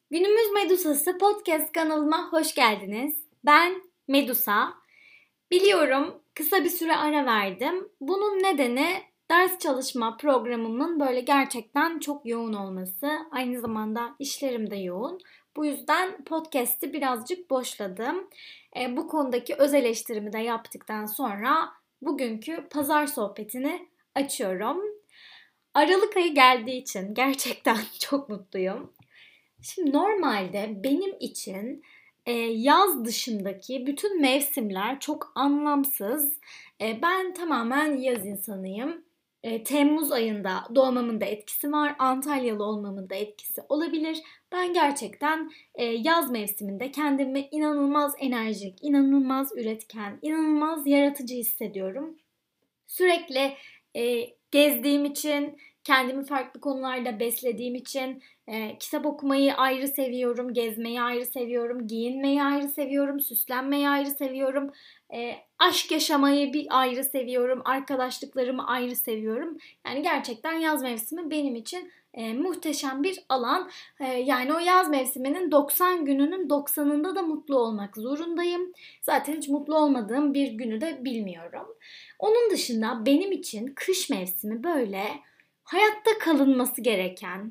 Günümüz Medusası podcast kanalıma hoş geldiniz. Ben Medusa. Biliyorum kısa bir süre ara verdim. Bunun nedeni ders çalışma programımın böyle gerçekten çok yoğun olması. Aynı zamanda işlerim de yoğun. Bu yüzden podcast'i birazcık boşladım. Bu konudaki öz eleştirimi de yaptıktan sonra bugünkü pazar sohbetini açıyorum. Aralık ayı geldiği için gerçekten çok mutluyum. Şimdi normalde benim için yaz dışındaki bütün mevsimler çok anlamsız. Ben tamamen yaz insanıyım. Temmuz ayında doğmamın da etkisi var. Antalyalı olmamın da etkisi olabilir. Ben gerçekten yaz mevsiminde kendimi inanılmaz enerjik, inanılmaz üretken, inanılmaz yaratıcı hissediyorum. Sürekli gezdiğim için, kendimi farklı konularda beslediğim için kitap okumayı ayrı seviyorum, gezmeyi ayrı seviyorum, giyinmeyi ayrı seviyorum, süslenmeyi ayrı seviyorum, aşk yaşamayı bir ayrı seviyorum, arkadaşlıklarımı ayrı seviyorum. Yani gerçekten yaz mevsimi benim için muhteşem bir alan. Yani o yaz mevsiminin 90 gününün 90'ında da mutlu olmak zorundayım. Zaten hiç mutlu olmadığım bir günü de bilmiyorum. Onun dışında benim için kış mevsimi böyle hayatta kalınması gereken,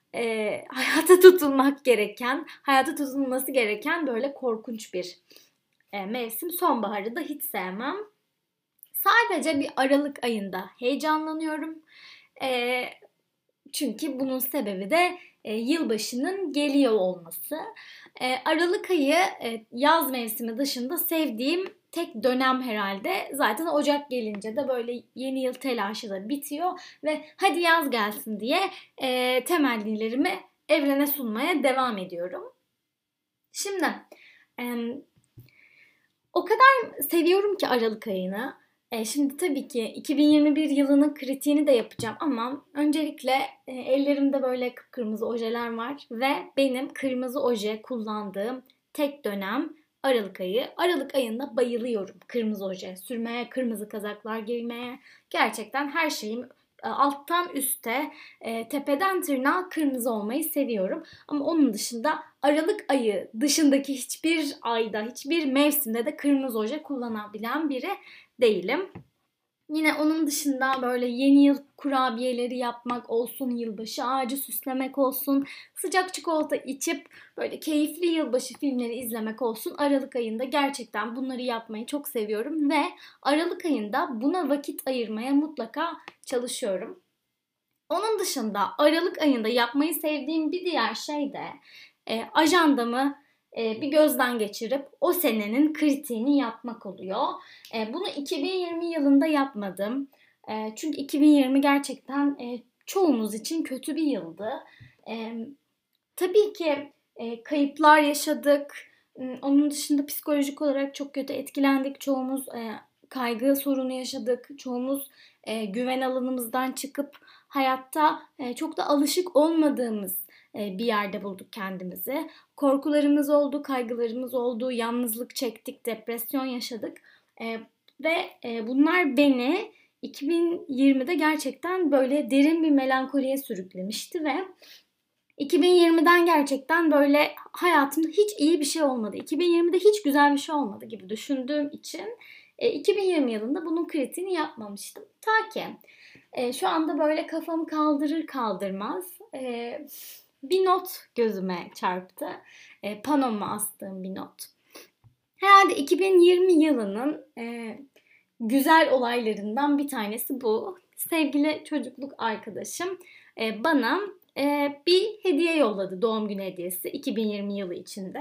hayata tutulması gereken böyle korkunç bir mevsim. Sonbaharı da hiç sevmem. Sadece bir Aralık ayında heyecanlanıyorum. E, Çünkü bunun sebebi de yılbaşının geliyor olması. Aralık ayı yaz mevsimi dışında sevdiğim tek dönem herhalde. Zaten Ocak gelince de böyle yeni yıl telaşı da bitiyor ve hadi yaz gelsin diye temennilerimi evrene sunmaya devam ediyorum. Şimdi e, o kadar seviyorum ki Aralık ayını. Şimdi tabii ki 2021 yılının kritiğini de yapacağım ama öncelikle ellerimde böyle kıpkırmızı ojeler var ve benim kırmızı oje kullandığım tek dönem Aralık ayı. Aralık ayında bayılıyorum kırmızı oje sürmeye, kırmızı kazaklar giymeye. Gerçekten her şeyim alttan üste, tepeden tırnağa kırmızı olmayı seviyorum. Ama onun dışında Aralık ayı dışındaki hiçbir ayda, hiçbir mevsimde de kırmızı oje kullanabilen biri değilim. Yine onun dışında böyle yeni yıl kurabiyeleri yapmak olsun, yılbaşı ağacı süslemek olsun, sıcak çikolata içip böyle keyifli yılbaşı filmleri izlemek olsun. Aralık ayında gerçekten bunları yapmayı çok seviyorum ve Aralık ayında buna vakit ayırmaya mutlaka çalışıyorum. Onun dışında Aralık ayında yapmayı sevdiğim bir diğer şey de ajandamı bir gözden geçirip o senenin kritiğini yapmak oluyor. Bunu 2020 yılında yapmadım. Çünkü 2020 gerçekten çoğumuz için kötü bir yıldı. Tabii ki kayıplar yaşadık. Onun dışında psikolojik olarak çok kötü etkilendik. Çoğumuz kaygı sorunu yaşadık. Çoğumuz güven alanımızdan çıkıp hayatta çok da alışık olmadığımız bir yerde bulduk kendimizi. Korkularımız oldu, kaygılarımız oldu, yalnızlık çektik, depresyon yaşadık. Ve bunlar beni 2020'de gerçekten böyle derin bir melankoliye sürüklemişti ve 2020'den gerçekten böyle hayatımda hiç iyi bir şey olmadı. 2020'de hiç güzel bir şey olmadı gibi düşündüğüm için 2020 yılında bunun kritiğini yapmamıştım. Ta ki şu anda böyle kafamı kaldırır kaldırmaz bir not gözüme çarptı. Panoma astığım bir not. Herhalde 2020 yılının güzel olaylarından bir tanesi bu. Sevgili çocukluk arkadaşım bana bir hediye yolladı, doğum günü hediyesi 2020 yılı içinde.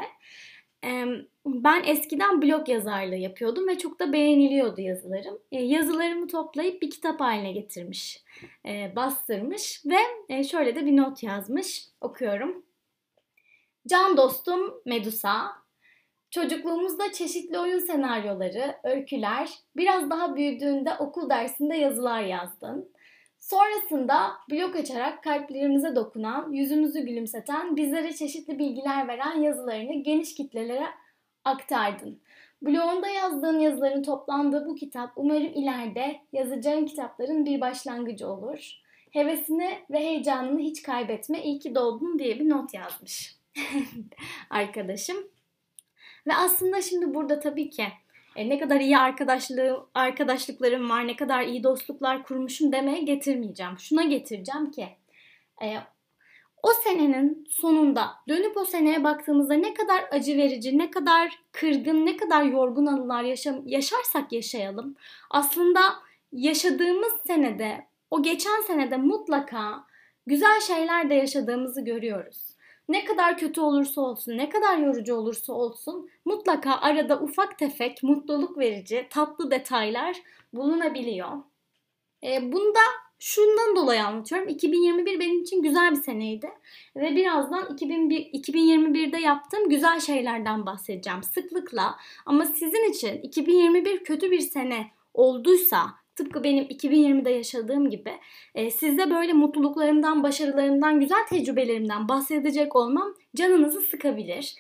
Ben eskiden blog yazarlığı yapıyordum ve çok da beğeniliyordu yazılarım. Yazılarımı toplayıp bir kitap haline getirmiş, bastırmış ve şöyle de bir not yazmış. Okuyorum. Can dostum Medusa, çocukluğumuzda çeşitli oyun senaryoları, öyküler, biraz daha büyüdüğünde okul dersinde yazılar yazdın. Sonrasında blog açarak kalplerimize dokunan, yüzümüzü gülümseten, bizlere çeşitli bilgiler veren yazılarını geniş kitlelere aktardın. Blogunda yazdığın yazıların toplandığı bu kitap umarım ileride yazacağın kitapların bir başlangıcı olur. Hevesini ve heyecanını hiç kaybetme, iyi ki doğdun diye bir not yazmış. arkadaşım. Ve aslında şimdi burada tabii ki ne kadar iyi arkadaşlıklarım var, ne kadar iyi dostluklar kurmuşum demeye getirmeyeceğim. Şuna getireceğim ki e, o senenin sonunda dönüp o seneye baktığımızda ne kadar acı verici, ne kadar kırgın, ne kadar yorgun anılar yaşarsak yaşayalım. Aslında yaşadığımız senede, o geçen senede mutlaka güzel şeyler de yaşadığımızı görüyoruz. Ne kadar kötü olursa olsun, ne kadar yorucu olursa olsun mutlaka arada ufak tefek mutluluk verici, tatlı detaylar bulunabiliyor. Bunu da şundan dolayı anlatıyorum. 2021 benim için güzel bir seneydi. Ve birazdan 2021'de yaptığım güzel şeylerden bahsedeceğim sıklıkla. Ama sizin için 2021 kötü bir sene olduysa, tıpkı benim 2020'de yaşadığım gibi, sizde böyle mutluluklarımdan, başarılarımdan, güzel tecrübelerimden bahsedecek olmam canınızı sıkabilir.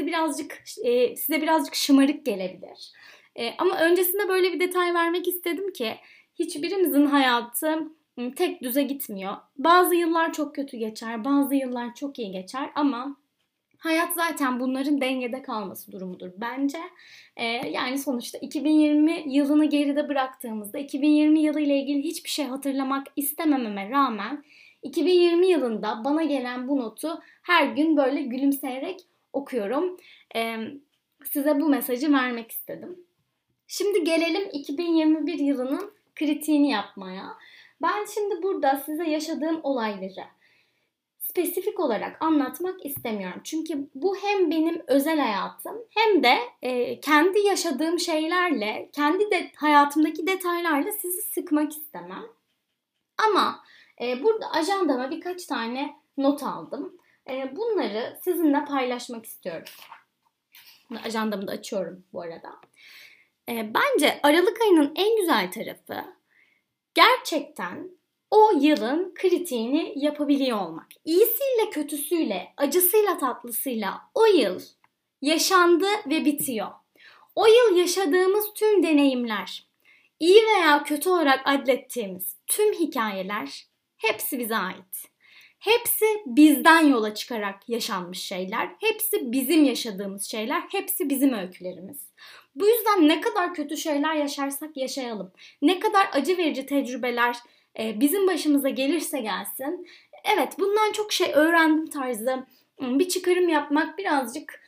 Size birazcık şımarık gelebilir. Ama öncesinde böyle bir detay vermek istedim ki hiçbirimizin hayatı tek düze gitmiyor. Bazı yıllar çok kötü geçer, bazı yıllar çok iyi geçer ama hayat zaten bunların dengede kalması durumudur bence. Yani sonuçta 2020 yılını geride bıraktığımızda 2020 yılı ile ilgili hiçbir şey hatırlamak istemememe rağmen 2020 yılında bana gelen bu notu her gün böyle gülümseyerek okuyorum. Size bu mesajı vermek istedim. Şimdi gelelim 2021 yılının kritiğini yapmaya. Ben şimdi burada size yaşadığım olayları spesifik olarak anlatmak istemiyorum. Çünkü bu hem benim özel hayatım hem de kendi yaşadığım şeylerle, kendi hayatımdaki detaylarla sizi sıkmak istemem. Ama burada ajandama birkaç tane not aldım. Bunları sizinle paylaşmak istiyorum. Ajandamı da açıyorum bu arada. Bence Aralık ayının en güzel tarafı gerçekten o yılın kritiğini yapabiliyor olmak. İyisiyle kötüsüyle, acısıyla tatlısıyla o yıl yaşandı ve bitiyor. O yıl yaşadığımız tüm deneyimler, iyi veya kötü olarak adlettiğimiz tüm hikayeler hepsi bize ait. Hepsi bizden yola çıkarak yaşanmış şeyler, hepsi bizim yaşadığımız şeyler, hepsi bizim öykülerimiz. Bu yüzden ne kadar kötü şeyler yaşarsak yaşayalım, ne kadar acı verici tecrübeler bizim başımıza gelirse gelsin, evet bundan çok şey öğrendim tarzı bir çıkarım yapmak birazcık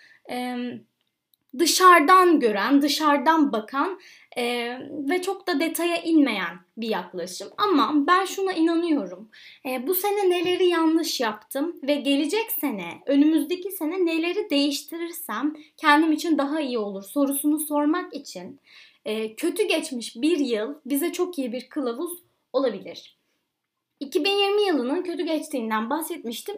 dışarıdan gören, dışarıdan bakan ve çok da detaya inmeyen bir yaklaşım. Ama ben şuna inanıyorum. Bu sene neleri yanlış yaptım ve gelecek sene, önümüzdeki sene neleri değiştirirsem kendim için daha iyi olur sorusunu sormak için kötü geçmiş bir yıl bize çok iyi bir kılavuz olabilir. 2020 yılının kötü geçtiğinden bahsetmiştim.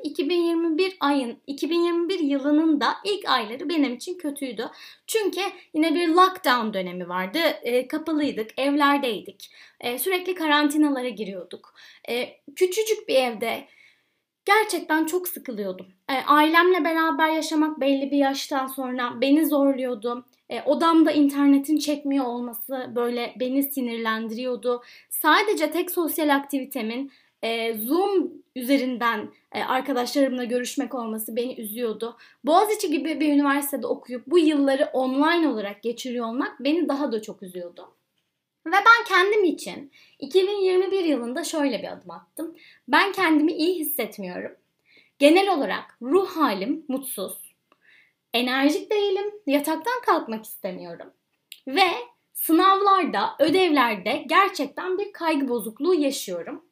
2021 yılının da ilk ayları benim için kötüydü. Çünkü yine bir lockdown dönemi vardı. Kapalıydık, evlerdeydik. Sürekli karantinalara giriyorduk. Küçücük bir evde gerçekten çok sıkılıyordum. Ailemle beraber yaşamak belli bir yaştan sonra beni zorluyordu. Odamda internetin çekmiyor olması böyle beni sinirlendiriyordu. Sadece tek sosyal aktivitemin Zoom üzerinden arkadaşlarımla görüşmek olması beni üzüyordu. Boğaziçi gibi bir üniversitede okuyup bu yılları online olarak geçiriyor olmak beni daha da çok üzüyordu. Ve ben kendim için 2021 yılında şöyle bir adım attım. Ben kendimi iyi hissetmiyorum. Genel olarak ruh halim mutsuz. Enerjik değilim. Yataktan kalkmak istemiyorum. Ve sınavlarda, ödevlerde gerçekten bir kaygı bozukluğu yaşıyorum.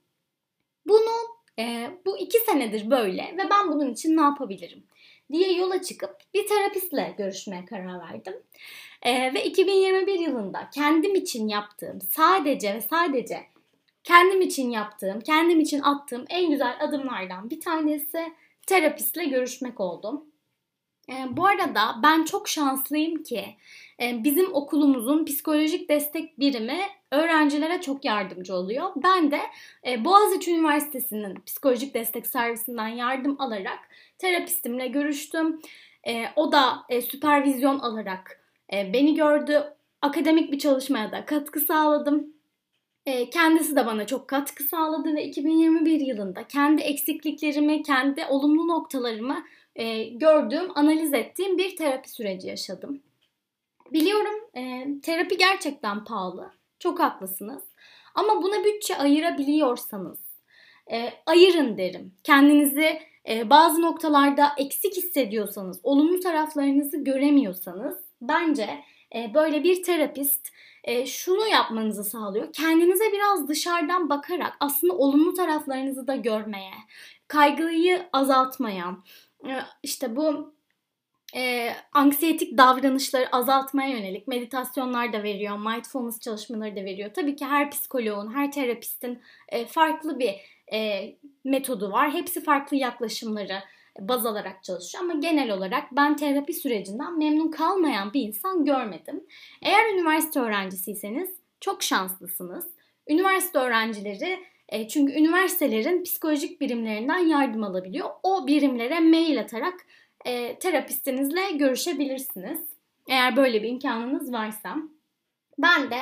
Bu 2 senedir böyle ve ben bunun için ne yapabilirim diye yola çıkıp bir terapistle görüşmeye karar verdim. Ve 2021 yılında kendim için yaptığım, sadece ve sadece kendim için yaptığım, kendim için attığım en güzel adımlardan bir tanesi terapistle görüşmek oldu. Bu arada ben çok şanslıyım ki bizim okulumuzun psikolojik destek birimi öğrencilere çok yardımcı oluyor. Ben de Boğaziçi Üniversitesi'nin psikolojik destek servisinden yardım alarak terapistimle görüştüm. O da süpervizyon alarak beni gördü. Akademik bir çalışmaya da katkı sağladım. Kendisi de bana çok katkı sağladı ve 2021 yılında kendi eksikliklerimi, kendi olumlu noktalarımı gördüğüm, analiz ettiğim bir terapi süreci yaşadım. Biliyorum terapi gerçekten pahalı. Çok haklısınız. Ama buna bütçe ayırabiliyorsanız ayırın derim. Kendinizi bazı noktalarda eksik hissediyorsanız, olumlu taraflarınızı göremiyorsanız bence böyle bir terapist şunu yapmanızı sağlıyor. Kendinize biraz dışarıdan bakarak aslında olumlu taraflarınızı da görmeye, kaygıyı azaltmaya, işte bu anksiyetik davranışları azaltmaya yönelik meditasyonlar da veriyor, mindfulness çalışmaları da veriyor. Tabii ki her psikoloğun, her terapistin farklı bir metodu var. Hepsi farklı yaklaşımları baz alarak çalışıyor ama genel olarak ben terapi sürecinden memnun kalmayan bir insan görmedim. Eğer üniversite öğrencisiyseniz çok şanslısınız. Üniversite öğrencileri çünkü üniversitelerin psikolojik birimlerinden yardım alabiliyor. O birimlere mail atarak terapistinizle görüşebilirsiniz. Eğer böyle bir imkanınız varsa. Ben de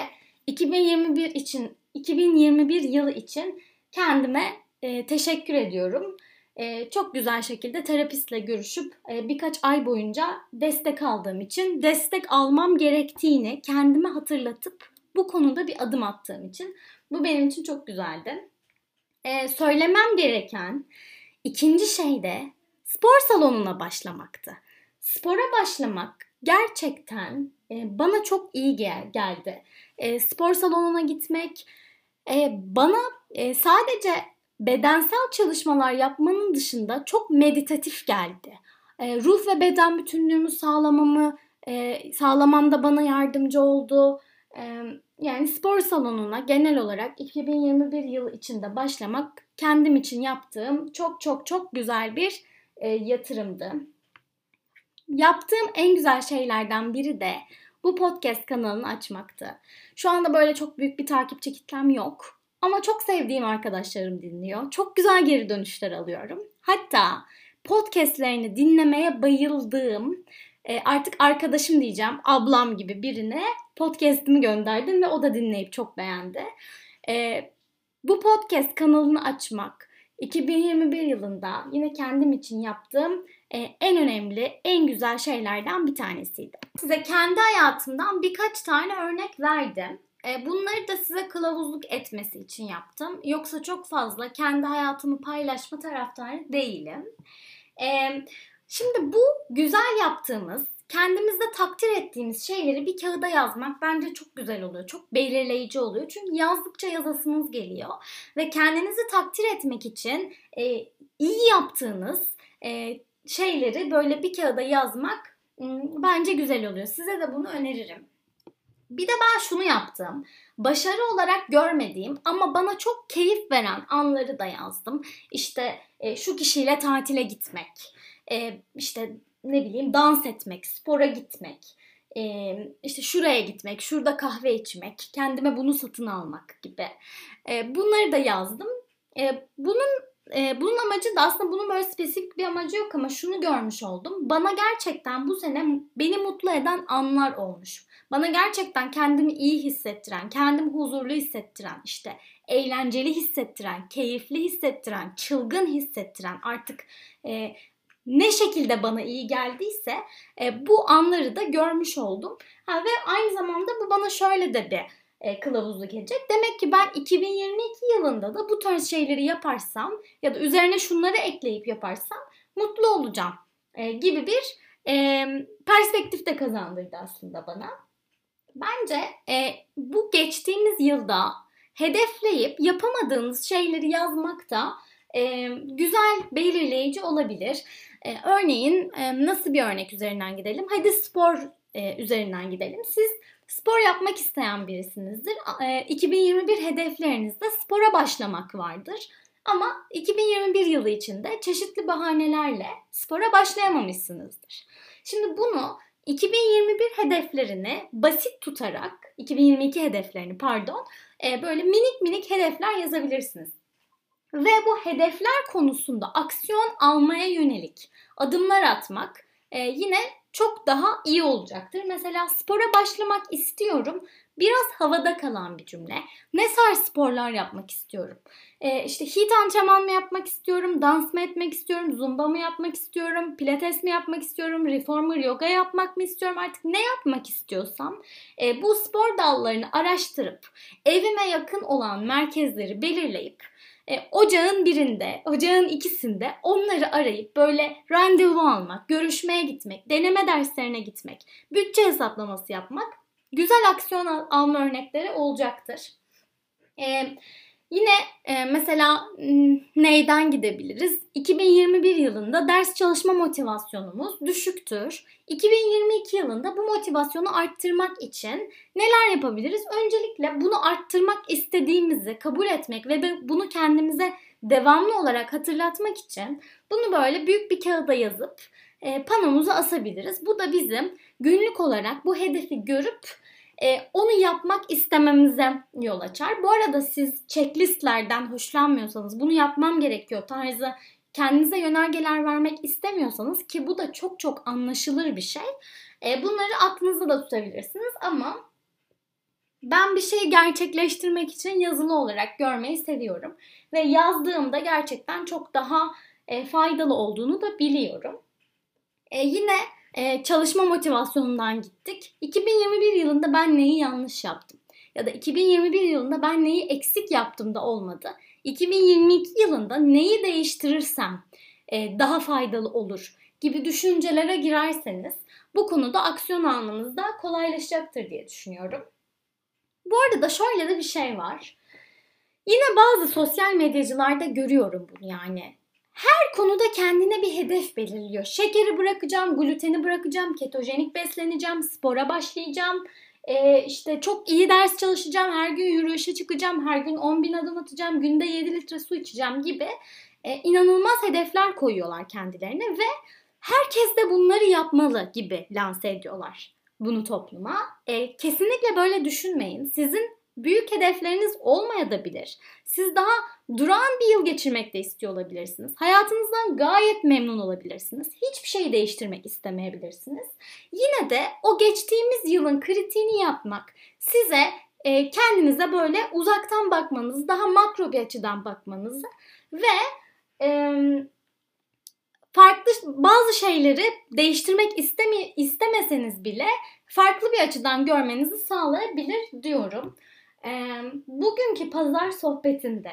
2021 yılı için kendime teşekkür ediyorum. Çok güzel şekilde terapistle görüşüp birkaç ay boyunca destek aldığım için, destek almam gerektiğini kendime hatırlatıp bu konuda bir adım attığım için bu benim için çok güzeldi. Söylemem gereken ikinci şey de spor salonuna başlamaktı. Spora başlamak gerçekten bana çok iyi geldi. Spor salonuna gitmek bana sadece bedensel çalışmalar yapmanın dışında çok meditatif geldi. Ruh ve beden bütünlüğümü sağlamamda bana yardımcı oldu. Yani spor salonuna genel olarak 2021 yılı içinde başlamak kendim için yaptığım çok çok çok güzel bir yatırımdı. Yaptığım en güzel şeylerden biri de bu podcast kanalını açmaktı. Şu anda böyle çok büyük bir takipçi kitlem yok. Ama çok sevdiğim arkadaşlarım dinliyor. Çok güzel geri dönüşler alıyorum. Hatta podcastlerini dinlemeye bayıldığım, artık arkadaşım diyeceğim, ablam gibi birine podcast'imi gönderdim ve o da dinleyip çok beğendi. Bu podcast kanalını açmak 2021 yılında yine kendim için yaptığım en önemli, en güzel şeylerden bir tanesiydi. Size kendi hayatımdan birkaç tane örnek verdim. Bunları da size kılavuzluk etmesi için yaptım. Yoksa çok fazla kendi hayatımı paylaşma taraftarı değilim. Şimdi bu güzel yaptığımız, kendimizde takdir ettiğimiz şeyleri bir kağıda yazmak bence çok güzel oluyor. Çok belirleyici oluyor. Çünkü yazdıkça yazasınız geliyor. Ve kendinizi takdir etmek için iyi yaptığınız şeyleri böyle bir kağıda yazmak bence güzel oluyor. Size de bunu öneririm. Bir de ben şunu yaptım. Başarı olarak görmediğim ama bana çok keyif veren anları da yazdım. İşte şu kişiyle tatile gitmek, işte ne bileyim dans etmek, spora gitmek, işte şuraya gitmek, şurada kahve içmek, kendime bunu satın almak gibi. Bunları da yazdım. Bunun amacı da aslında bunun böyle spesifik bir amacı yok ama şunu görmüş oldum. Bana gerçekten bu sene beni mutlu eden anlar olmuş. Bana gerçekten kendimi iyi hissettiren, kendimi huzurlu hissettiren, işte eğlenceli hissettiren, keyifli hissettiren, çılgın hissettiren artık ne şekilde bana iyi geldiyse bu anları da görmüş oldum. Ve aynı zamanda bu bana şöyle de bir kılavuzluk edecek. Demek ki ben 2022 yılında da bu tarz şeyleri yaparsam ya da üzerine şunları ekleyip yaparsam mutlu olacağım gibi bir perspektif de kazandırdı aslında bana. Bence bu geçtiğimiz yılda hedefleyip yapamadığınız şeyleri yazmak da güzel, belirleyici olabilir. Örneğin nasıl bir örnek üzerinden gidelim? Hadi spor üzerinden gidelim. Siz spor yapmak isteyen birisinizdir. 2021 hedeflerinizde spora başlamak vardır. Ama 2021 yılı içinde çeşitli bahanelerle spora başlayamamışsınızdır. Şimdi bunu 2021 hedeflerini basit tutarak, 2022 hedeflerini böyle minik minik hedefler yazabilirsiniz. Ve bu hedefler konusunda aksiyon almaya yönelik adımlar atmak yine çok daha iyi olacaktır. Mesela spora başlamak istiyorum. Biraz havada kalan bir cümle. Ne tarz sporlar yapmak istiyorum? İşte HIIT antrenman mı yapmak istiyorum? Dans mı etmek istiyorum? Zumba mı yapmak istiyorum? Pilates mi yapmak istiyorum? Reformer yoga yapmak mı istiyorum? Artık ne yapmak istiyorsam bu spor dallarını araştırıp evime yakın olan merkezleri belirleyip ocağın birinde, ocağın ikisinde onları arayıp böyle randevu almak, görüşmeye gitmek, deneme derslerine gitmek, bütçe hesaplaması yapmak güzel aksiyon alma örnekleri olacaktır. Yine mesela neyden gidebiliriz? 2021 yılında ders çalışma motivasyonumuz düşüktür. 2022 yılında bu motivasyonu arttırmak için neler yapabiliriz? Öncelikle bunu arttırmak istediğimizi kabul etmek ve bunu kendimize devamlı olarak hatırlatmak için bunu böyle büyük bir kağıda yazıp panomuza asabiliriz. Bu da bizim günlük olarak bu hedefi görüp onu yapmak istememize yol açar. Bu arada siz checklistlerden hoşlanmıyorsanız, bunu yapmam gerekiyor tarzı kendinize yönergeler vermek istemiyorsanız, ki bu da çok çok anlaşılır bir şey, bunları aklınızda da tutabilirsiniz. Ama ben bir şeyi gerçekleştirmek için yazılı olarak görmeyi seviyorum. Ve yazdığımda gerçekten çok daha faydalı olduğunu da biliyorum. Yine çalışma motivasyonundan gittik. 2021 yılında ben neyi yanlış yaptım? Ya da 2021 yılında ben neyi eksik yaptım da olmadı? 2022 yılında neyi değiştirirsem daha faydalı olur gibi düşüncelere girerseniz bu konuda aksiyon almanız da kolaylaşacaktır diye düşünüyorum. Bu arada şöyle de bir şey var. Yine bazı sosyal medyacılarda görüyorum bunu yani. Her konuda kendine bir hedef belirliyor. Şekeri bırakacağım, gluteni bırakacağım, ketojenik besleneceğim, spora başlayacağım. İşte çok iyi ders çalışacağım, her gün yürüyüşe çıkacağım, her gün 10.000 adım atacağım, günde 7 litre su içeceğim gibi inanılmaz hedefler koyuyorlar kendilerine ve herkes de bunları yapmalı gibi lanse ediyorlar bunu topluma. Kesinlikle böyle düşünmeyin. Sizin büyük hedefleriniz olmayabilir. Siz daha durağan bir yıl geçirmek de istiyor olabilirsiniz. Hayatınızdan gayet memnun olabilirsiniz. Hiçbir şey değiştirmek istemeyebilirsiniz. Yine de o geçtiğimiz yılın kritiğini yapmak size kendinize böyle uzaktan bakmanızı, daha makro bir açıdan bakmanızı ve farklı bazı şeyleri değiştirmek istemeseniz bile farklı bir açıdan görmenizi sağlayabilir diyorum. Bugünkü pazar sohbetinde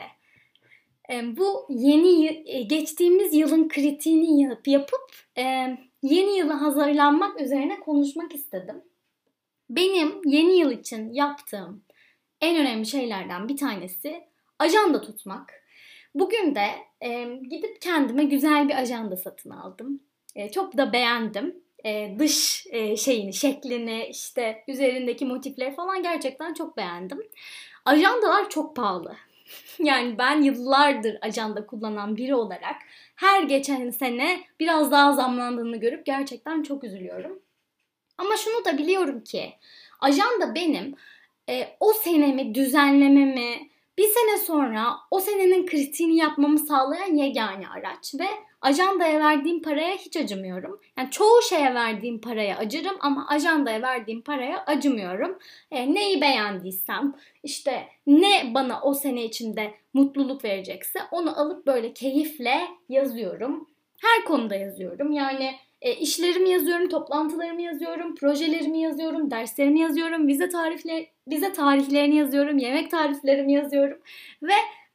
bu geçtiğimiz yılın kritiğini yapıp yeni yıla hazırlanmak üzerine konuşmak istedim. Benim yeni yıl için yaptığım en önemli şeylerden bir tanesi ajanda tutmak. Bugün de gidip kendime güzel bir ajanda satın aldım. Çok da beğendim. Dış şeklini, işte üzerindeki motifleri falan gerçekten çok beğendim. Ajandalar çok pahalı. Yani ben yıllardır ajanda kullanan biri olarak her geçen sene biraz daha zamlandığını görüp gerçekten çok üzülüyorum. Ama şunu da biliyorum ki ajanda benim o senemi düzenlememi, bir sene sonra o senenin kritiğini yapmamı sağlayan yegane araç ve ajandaya verdiğim paraya hiç acımıyorum. Yani çoğu şeye verdiğim paraya acırım ama ajandaya verdiğim paraya acımıyorum. Neyi beğendiysem, işte ne bana o sene içinde mutluluk verecekse onu alıp böyle keyifle yazıyorum. Her konuda yazıyorum. Yani işlerimi yazıyorum, toplantılarımı yazıyorum, projelerimi yazıyorum, derslerimi yazıyorum, vize tarihlerini yazıyorum, yemek tariflerimi yazıyorum ve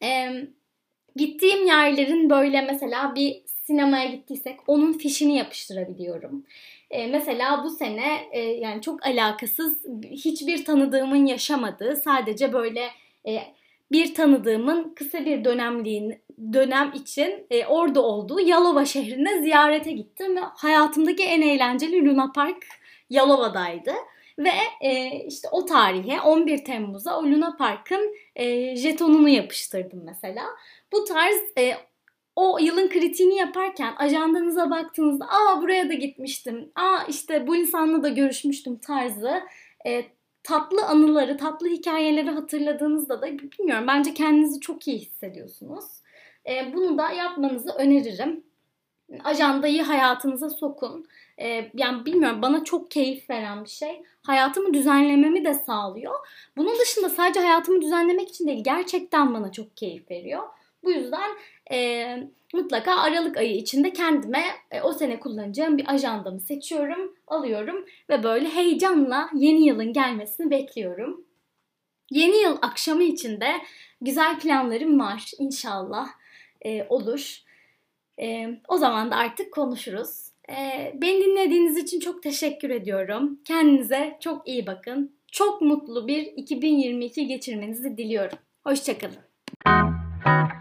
gittiğim yerlerin böyle mesela bir sinemaya gittiysek onun fişini yapıştırabiliyorum. Mesela bu sene yani çok alakasız, hiçbir tanıdığımın yaşamadığı, sadece böyle bir tanıdığımın kısa bir dönem için orada olduğu Yalova şehrine ziyarete gittim ve hayatımdaki en eğlenceli Luna Park Yalova'daydı. Ve işte o tarihe 11 Temmuz'a o Luna Park'ın jetonunu yapıştırdım mesela. Bu tarz o yılın kritiğini yaparken ajandanıza baktığınızda buraya da gitmiştim, işte bu insanla da görüşmüştüm tarzı tatlı anıları, tatlı hikayeleri hatırladığınızda da bilmiyorum, bence kendinizi çok iyi hissediyorsunuz. Bunu da yapmanızı öneririm. Ajandayı hayatınıza sokun. Yani bilmiyorum, bana çok keyif veren bir şey. Hayatımı düzenlememi de sağlıyor. Bunun dışında sadece hayatımı düzenlemek için değil, gerçekten bana çok keyif veriyor. Bu yüzden mutlaka Aralık ayı içinde kendime o sene kullanacağım bir ajandamı seçiyorum, alıyorum ve böyle heyecanla yeni yılın gelmesini bekliyorum. Yeni yıl akşamı için de güzel planlarım var. İnşallah olur. O zaman da artık konuşuruz. Beni dinlediğiniz için çok teşekkür ediyorum. Kendinize çok iyi bakın. Çok mutlu bir 2022 geçirmenizi diliyorum. Hoşça kalın.